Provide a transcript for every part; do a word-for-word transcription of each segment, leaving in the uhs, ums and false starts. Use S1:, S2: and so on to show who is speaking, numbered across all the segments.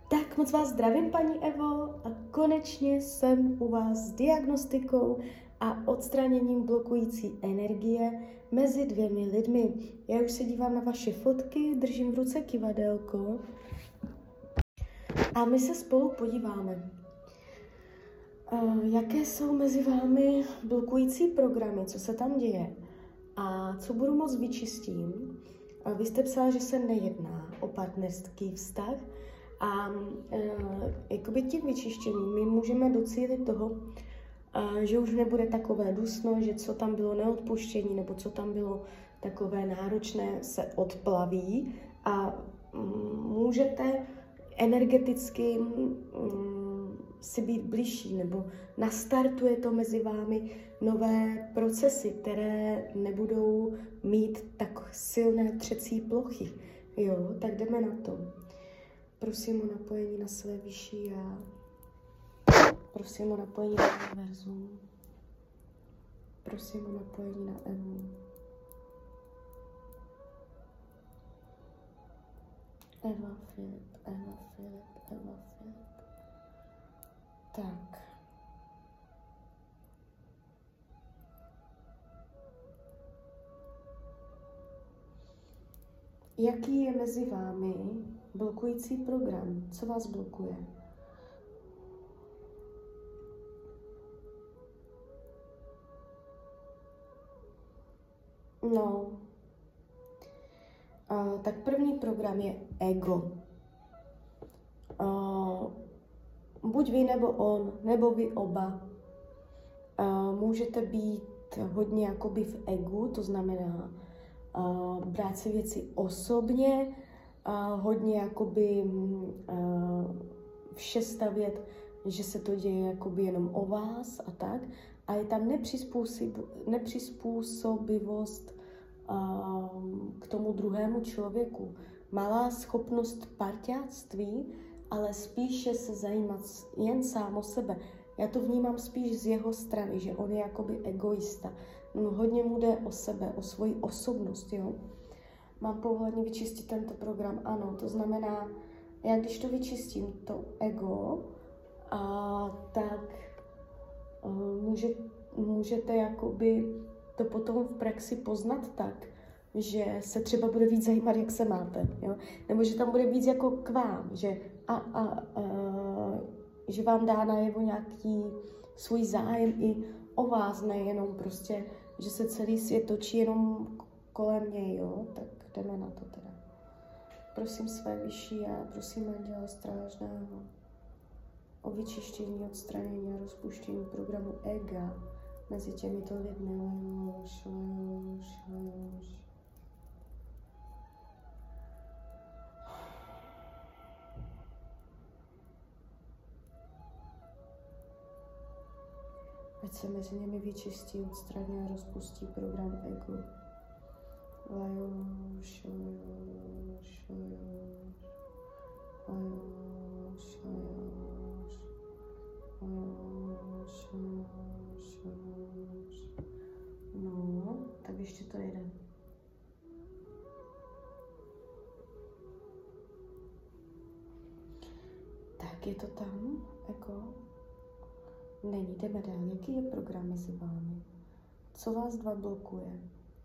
S1: Tak moc vás zdravím, paní Evo, a konečně jsem u vás s diagnostikou a odstraněním blokující energie mezi dvěmi lidmi. Já už se dívám na vaše fotky, držím v ruce kivadelko a my se spolu podíváme, jaké jsou mezi vámi blokující programy, co se tam děje a co budu moc vyčistím. Vy jste psala, že se nejedná o partnerský vztah, a uh, jakoby tím vyčištěním my můžeme docílit toho, uh, že už nebude takové dusno, že co tam bylo neodpuštění nebo co tam bylo takové náročné, se odplaví a um, můžete energeticky um, si být bližší, nebo nastartuje to mezi vámi nové procesy, které nebudou mít tak silné třecí plochy. Jo, tak jdeme na to. Prosím o napojení na své vyšší já. Prosím o napojení na univerzum. Prosím o napojení na Evu. Eva Filip, Eva Filip, Eva Filip. Tak. Jaký je mezi vámi blokující program? Co vás blokuje? No, a, tak první program je ego. A, buď vy nebo on, nebo vy oba. A, můžete být hodně jakoby v egu, to znamená a, brát si věci osobně, a hodně jakoby uh, vše stavět, že se to děje jakoby jenom o vás a tak. A je tam nepřizpůsobivost uh, k tomu druhému člověku. Malá schopnost parťáctví, ale spíše se zajímat jen sám o sebe. Já to vnímám spíš z jeho strany, že on je jakoby egoista. No, hodně mu jde o sebe, o svoji osobnost, jo. Mám povolení vyčistit tento program? Ano, to znamená, já když to vyčistím, to ego, a, tak a, může, můžete jakoby to potom v praxi poznat tak, že se třeba bude víc zajímat, jak se máte, jo? Nebo že tam bude víc jako k vám, že, a, a, a, že vám dá najevo nějaký svůj zájem i o vás, nejenom prostě, že se celý svět točí jenom kolem něj, jo? Tak jdeme na to teda. Prosím své vyšší a prosím anděla strážného o vyčištění, odstranění a rozpuštění programu ega mezi těmito lidmi. Lejoš, lejoš, lejoš. Ať se mezi nimi vyčistí, odstraní a rozpustí program ego. Lajoš, lajoš, lajoš, lajoš, lajoš, lajoš, lajoš, lajoš. No, tak ještě to jede. Tak, je to tam, jako? Není, jdeme dál. Jaký je program mezi vámi? Co vás dva blokuje?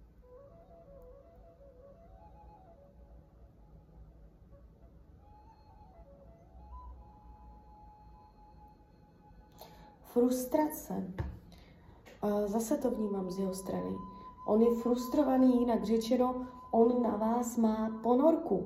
S1: Frustrace. Zase to vnímám z jeho strany. On je frustrovaný, jinak řečeno, on na vás má ponorku.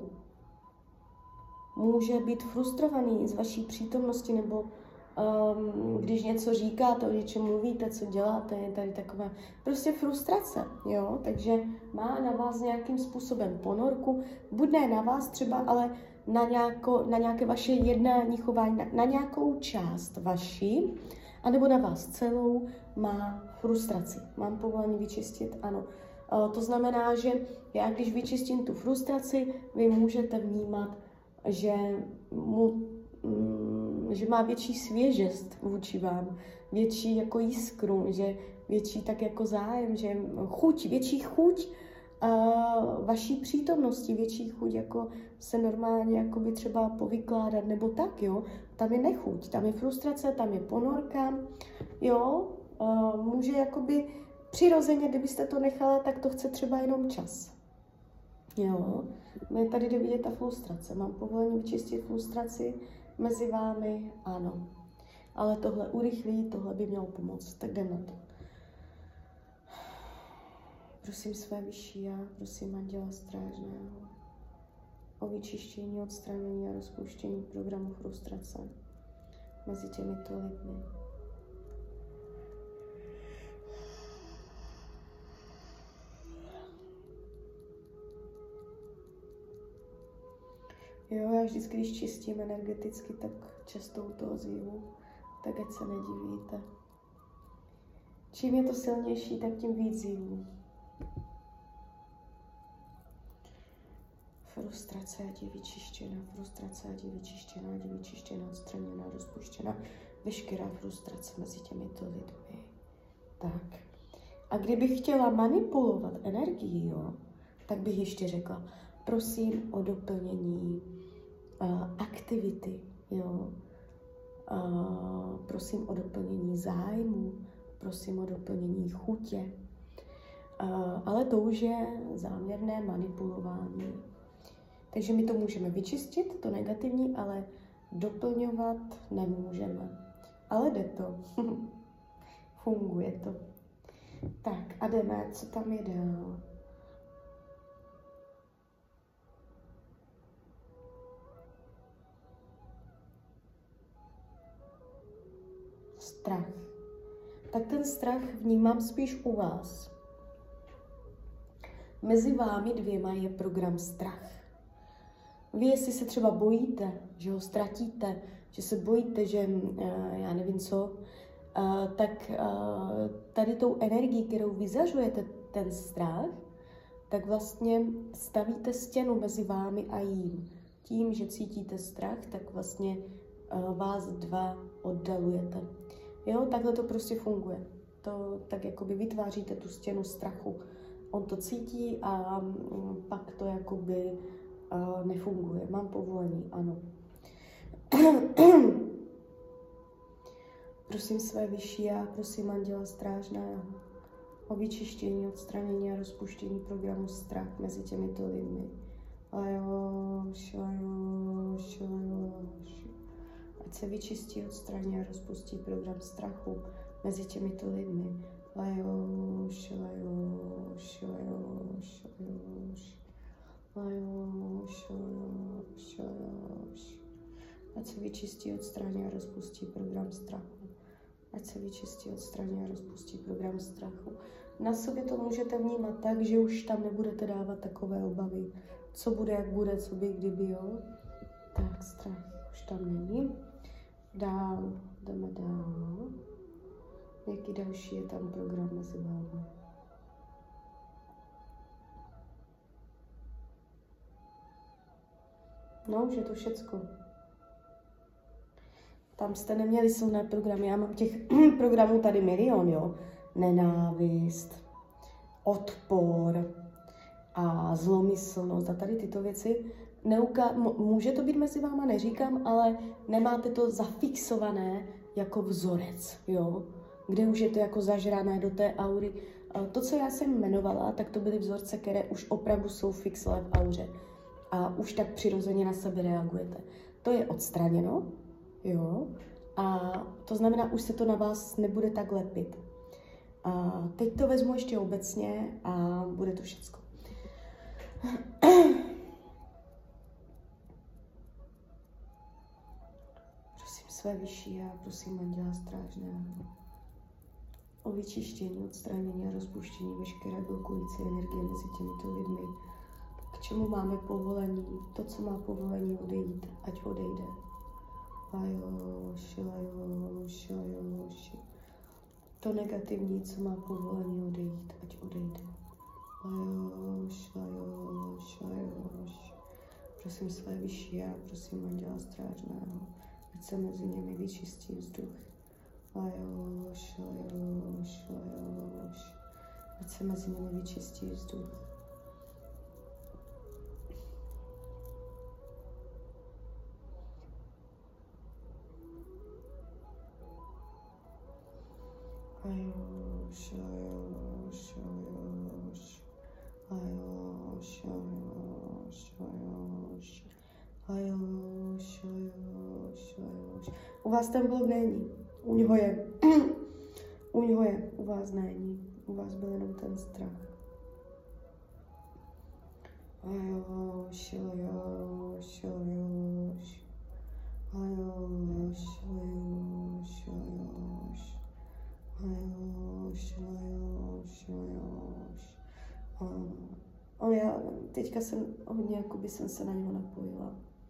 S1: Může být frustrovaný z vaší přítomnosti, nebo um, když něco říkáte, o něčem mluvíte, co děláte, je tady taková prostě frustrace, jo? Takže má na vás nějakým způsobem ponorku, buď ne na vás třeba, ale na, nějako, na nějaké vaše jednání, chování, na, na nějakou část vaší, anebo na vás celou, má frustraci. Mám povolení vyčistit? Ano. To znamená, že já, když vyčistím tu frustraci, vy můžete vnímat, že, mu, že má větší svěžest vůči vám, větší jako jiskru, že větší tak jako zájem, že chuť, větší chuť uh, vaší přítomnosti, větší chuť, jako se normálně jakoby třeba povykládat, nebo tak, jo. Tam je nechuť, tam je frustrace, tam je ponorka, jo. Uh, může jakoby přirozeně, kdybyste to nechala, tak to chce třeba jenom čas. Jo. Mě tady jde vidět ta frustrace. Mám povolení vyčistit frustraci mezi vámi? Ano. Ale tohle urychlí, tohle by mělo pomoct. Tak jdem na to. Prosím své vyšší já, prosím Anděla Strážného o vyčištění, odstranění a rozpuštění programu frustrace mezi těmito lidmi. Jo, já vždycky, když čistím energeticky, tak často u toho zvívu, tak ať se nedivíte. Čím je to silnější, tak tím víc zívu. Frustrace ať je vyčištěna, frustrace ať je vyčištěna, ať je vyčištěna, odstraněna, rozpuštěna. Veškerá frustrace mezi těmito lidmi. Tak. A kdybych chtěla manipulovat energii, jo, tak bych ještě řekla, prosím o doplnění uh, aktivity, jo. Uh, prosím o doplnění zájmu, prosím o doplnění chutě. Uh, ale to už je záměrné manipulování. Takže my to můžeme vyčistit, to negativní, ale doplňovat nemůžeme. Ale jde to. Funguje to. Tak a jdeme, co tam je dál. Strach. Tak ten strach vnímám spíš u vás. Mezi vámi dvěma je program strach. Vy, jestli se třeba bojíte, že ho ztratíte, že se bojíte, že já nevím co, tak tady tou energií, kterou vyzařujete ten strach, tak vlastně stavíte stěnu mezi vámi a jím. Tím, že cítíte strach, tak vlastně vás dva oddalujete. Jo, takhle to prostě funguje. To tak jakoby vytváříte tu stěnu strachu. On to cítí a pak to jakoby uh, nefunguje. Mám povolení, ano. Prosím své vyšší já, prosím Anděla Strážného o vyčištění, odstranění a rozpuštění programu strach mezi těmito lidmi. Lajoš, lajoš, lajoš. Ať se vyčistí, odstraní a rozpustí program strachu mezi těmito lidmi. Lajoš, lajoš, lajoš, lajoš. Lajoš, lajoš, lajoš. Ať se vyčistí, odstraní a rozpustí program strachu. Ať se vyčistí, odstraní a rozpustí program strachu. Na sobě to můžete vnímat tak, že už tam nebudete dávat takové obavy. Co bude, jak bude, co by, kdyby, jo. Tak, strach už tam není. Dál, jdeme dál. Jaký další je tam program mezi vámi? No, už je to všecko. Tam jste neměli silné programy. Já mám těch programů tady milion, jo. Nenávist, odpor a zlomyslnost a tady tyto věci. Neuka- může to být mezi váma, neříkám, ale nemáte to zafixované jako vzorec, jo. Kde už je to jako zažrané do té aury. To, co já jsem jmenovala, tak to byly vzorce, které už opravdu jsou fixlé v auře. A už tak přirozeně na sebe reagujete. To je odstraněno, jo. A to znamená, už se to na vás nebude tak lepit. A teď to vezmu ještě obecně a bude to všecko. Prosím své vyšší já, prosím Anděla Strážného o vyčištění, odstranění a rozpuštění veškeré blokující energie mezi těmito lidmi. K čemu máme povolení? To, co má povolení odejít, ať odejde. Lajoši, lajoši, lajoši. To negativní, co má povolení odejít, ať odejde. Lajoš, lajoš, lajoš. Prosím své vyšší já, prosím Anděla Strážného, ať se mezi nimi vyčistí vzduch. Lajoš, lajoš, lajoš. Ať se mezi nimi vyčistí vzduch. U vás ten blok není. U něho je. U něho je. U vás není. U vás byl jenom ten strach. Ajoš, ajoš, ajoš. Ajoš, ajoš, ajoš. Ajoš, ajoš, ajoš. On já teďka jsem hodně, jakoby jsem se na něho napojila.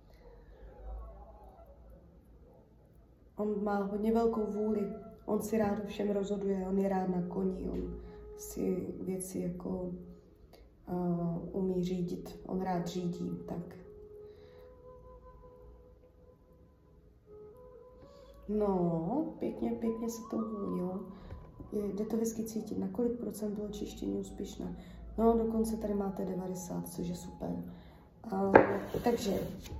S1: On má hodně velkou vůli. On si rád o všem rozhoduje, on je rád na koni, on si věci jako uh, umí řídit, on rád řídí, tak. No, pěkně, pěkně se to uvolnilo. Jde to hezky cítit, na kolik procent bylo čištění úspěšné. No, dokonce tady máte devadesát, což je super. Uh, takže,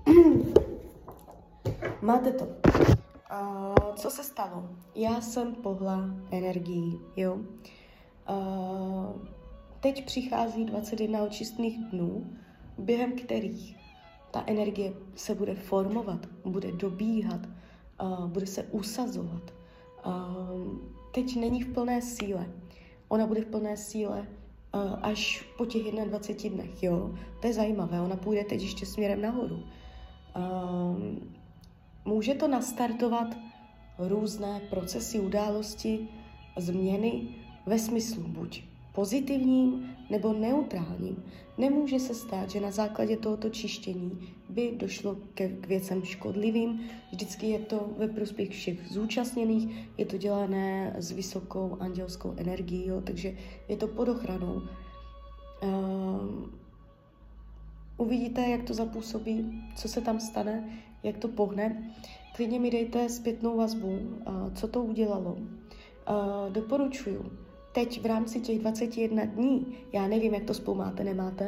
S1: máte to. Uh, co se stalo? Já jsem pohla energií, jo. Uh, teď přichází dvacet jedna očistných dnů, během kterých ta energie se bude formovat, bude dobíhat, uh, bude se usazovat. Uh, teď není v plné síle. Ona bude v plné síle uh, až po těch dvaceti jedna dnech, jo. To je zajímavé, ona půjde teď ještě směrem nahoru. Uh, Může to nastartovat různé procesy, události, změny ve smyslu buď pozitivním nebo neutrálním. Nemůže se stát, že na základě tohoto čištění by došlo ke, k věcem škodlivým. Vždycky je to ve prospěch všech zúčastněných, je to dělané s vysokou andělskou energií, jo, takže je to pod ochranou. Um, uvidíte, jak to zapůsobí, co se tam stane, jak to pohne. Klidně mi dejte zpětnou vazbu, co to udělalo. Doporučuju. Teď v rámci těch dvaceti jedna dní, já nevím, jak to spolu máte, nemáte,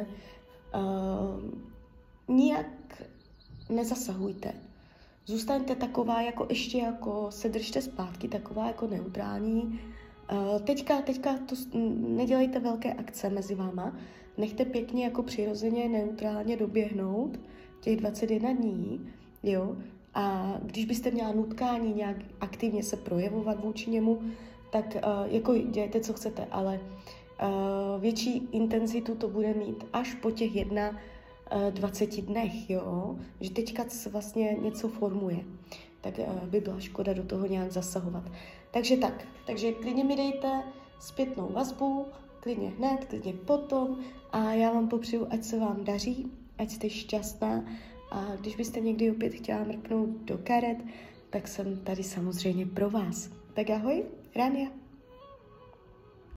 S1: nijak nezasahujte. Zůstaňte taková, jako ještě jako se držte zpátky, taková jako neutrální. Teďka, teďka to nedělejte velké akce mezi váma, nechte pěkně jako přirozeně neutrálně doběhnout těch dvacet jedna dní, jo, a když byste měla nutkání nějak aktivně se projevovat vůči němu, tak uh, jako dělejte, co chcete, ale uh, větší intenzitu to bude mít až po těch jedna uh, dvaceti dnech, jo, že teďka se vlastně něco formuje, tak uh, by byla škoda do toho nějak zasahovat. Takže tak, takže klidně mi dejte zpětnou vazbu, klidně hned, klidně potom a já vám popřeju, ať se vám daří, ať jste šťastná a když byste někdy opět chtěla mrknout do karet, tak jsem tady samozřejmě pro vás. Tak ahoj, Rania.